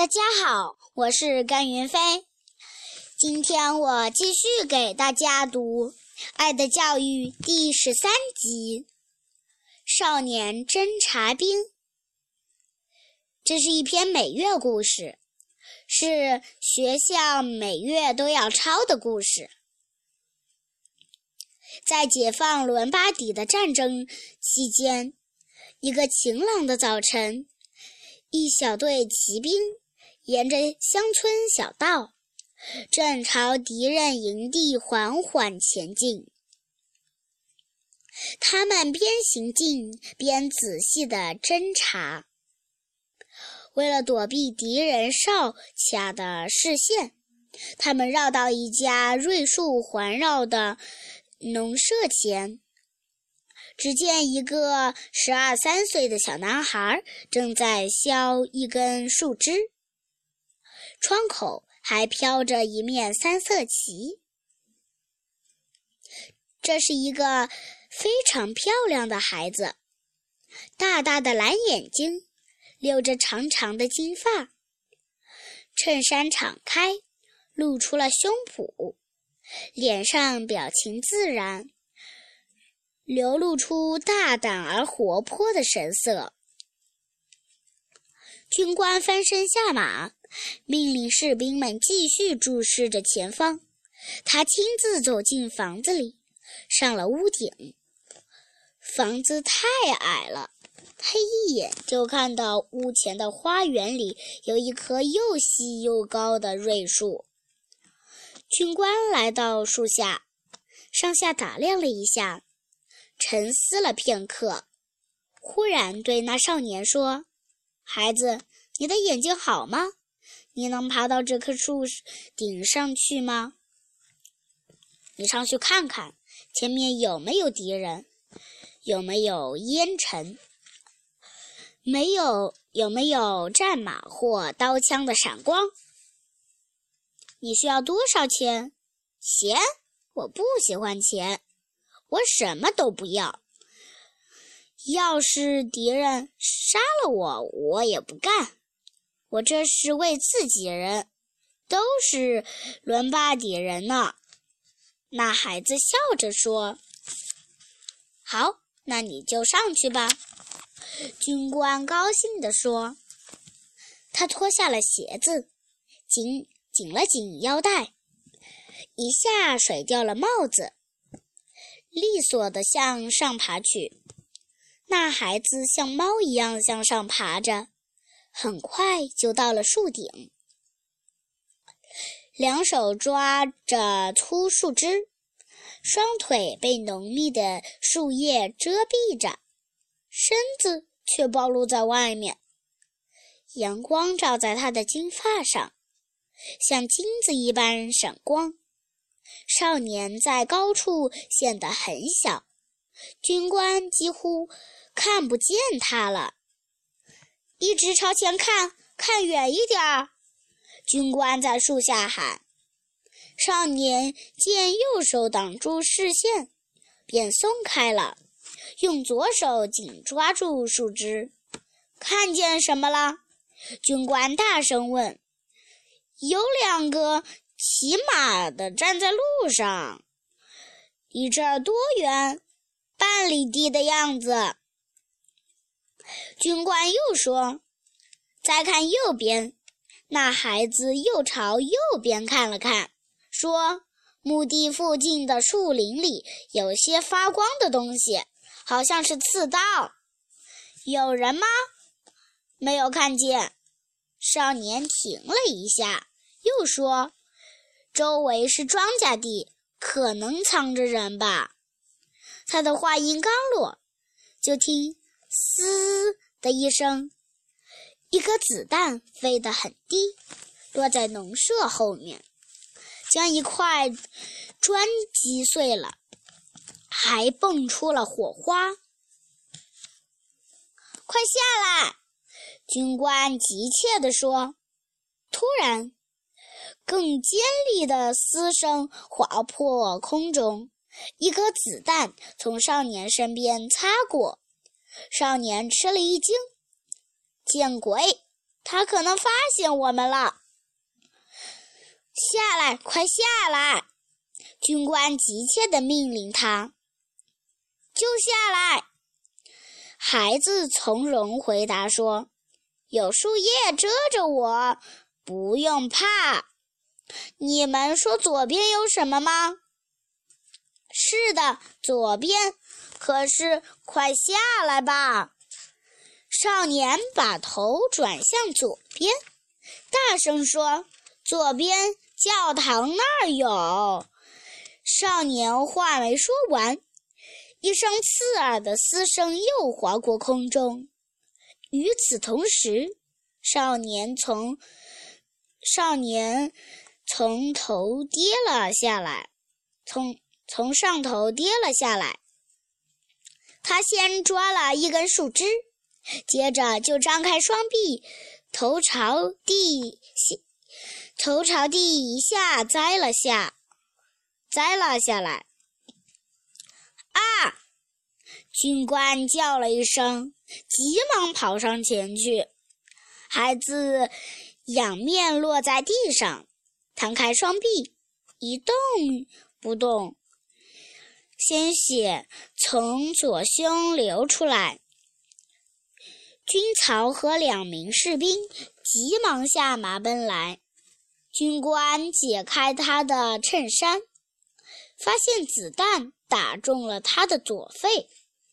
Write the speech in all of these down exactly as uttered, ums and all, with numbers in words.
大家好，我是甘云飞。今天我继续给大家读《爱的教育》第十三集《少年侦察兵》。这是一篇每月故事，是学校每月都要抄的故事。在解放伦巴底的战争期间，一个晴朗的早晨，一小队骑兵沿着乡村小道，正朝敌人营地缓缓前进。他们边行进边仔细地侦察。为了躲避敌人哨卡的视线，他们绕到一家瑞树环绕的农舍前。只见一个十二三岁的小男孩正在削一根树枝，窗口还飘着一面三色旗。这是一个非常漂亮的孩子，大大的蓝眼睛，留着长长的金发，衬衫敞开，露出了胸脯，脸上表情自然，流露出大胆而活泼的神色。军官翻身下马，命令士兵们继续注视着前方。他亲自走进房子里，上了屋顶。房子太矮了，他一眼就看到屋前的花园里有一棵又细又高的瑞树。军官来到树下，上下打量了一下，沉思了片刻，忽然对那少年说：“孩子，你的眼睛好吗？你能爬到这棵树顶上去吗？你上去看看，前面有没有敌人？有没有烟尘？没有，有没有战马或刀枪的闪光？你需要多少钱？钱？我不喜欢钱，我什么都不要。要是敌人杀了我，我也不干。我这是为自己人，都是伦巴底人呢。”那孩子笑着说：“好，那你就上去吧。”军官高兴地说。他脱下了鞋子，紧紧了紧腰带，一下甩掉了帽子，利索地向上爬去。那孩子像猫一样向上爬着，很快就到了树顶。两手抓着粗树枝，双腿被浓密的树叶遮蔽着，身子却暴露在外面。阳光照在他的金发上，像金子一般闪光。少年在高处显得很小，军官几乎看不见他了。一直朝前看，看远一点儿！军官在树下喊。少年见右手挡住视线，便松开了，用左手紧抓住树枝。看见什么了？军官大声问。有两个骑马的站在路上。离这儿多远？半里地的样子。军官又说：“再看右边。”那孩子又朝右边看了看，说：“墓地附近的树林里有些发光的东西，好像是刺刀。有人吗？”没有看见。少年停了一下，又说：“周围是庄稼地，可能藏着人吧。”他的话音刚落，就听“嘶”的一声，一颗子弹飞得很低，落在农舍后面，将一块砖击碎了，还蹦出了火花。“快下来！”军官急切地说。突然，更尖利的嘶声划破空中，一颗子弹从少年身边擦过。少年吃了一惊，见鬼！ 他可能发现我们了。下来，快下来！军官急切地命令他。就下来！孩子从容回答说，有树叶遮着我，不用怕。你们说左边有什么吗？是的，左边。可是快下来吧！少年把头转向左边，大声说，左边教堂那儿有。少年话没说完，一声刺耳的嘶声又划过空中。与此同时，少年从少年从头跌了下来，从从上头跌了下来。他先抓了一根树枝，接着就张开双臂，头朝地头朝地一下栽了下栽了下来。啊！军官叫了一声，急忙跑上前去。孩子仰面落在地上，摊开双臂，一动不动。鲜血从左胸流出来。军曹和两名士兵急忙下马奔来。军官解开他的衬衫，发现子弹打中了他的左肺。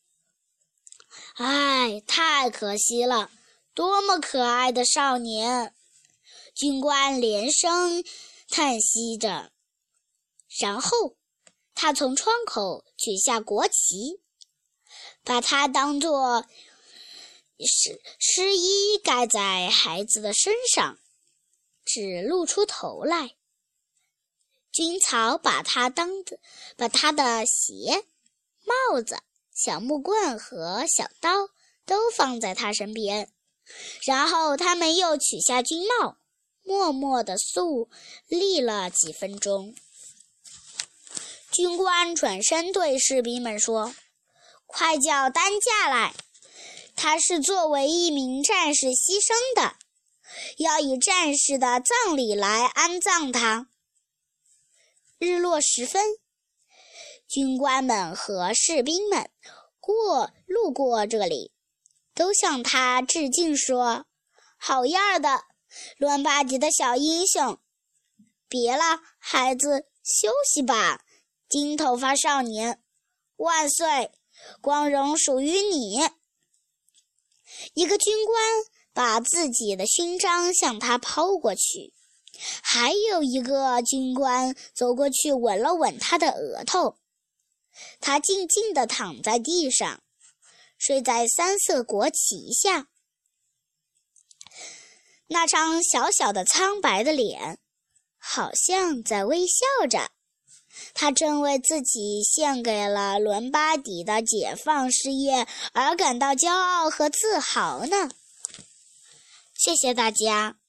唉，太可惜了，多么可爱的少年！军官连声叹息着，然后他从窗口取下国旗，把它当作湿湿衣盖在孩子的身上，只露出头来。军曹把他当的把他的鞋、帽子、小木棍和小刀都放在他身边，然后他们又取下军帽，默默地肃立了几分钟。军官转身对士兵们说，快叫担架来，他是作为一名战士牺牲的，要以战士的葬礼来安葬他。日落时分，军官们和士兵们过路过这里，都向他致敬说，好样的，伦巴第的小英雄！别了，孩子，休息吧，金头发少年，万岁，光荣属于你！一个军官把自己的勋章向他抛过去，还有一个军官走过去吻了吻他的额头。他静静地躺在地上，睡在三色国旗下。那张小小的苍白的脸好像在微笑着，他正为自己献给了伦巴第的解放事业而感到骄傲和自豪呢。谢谢大家。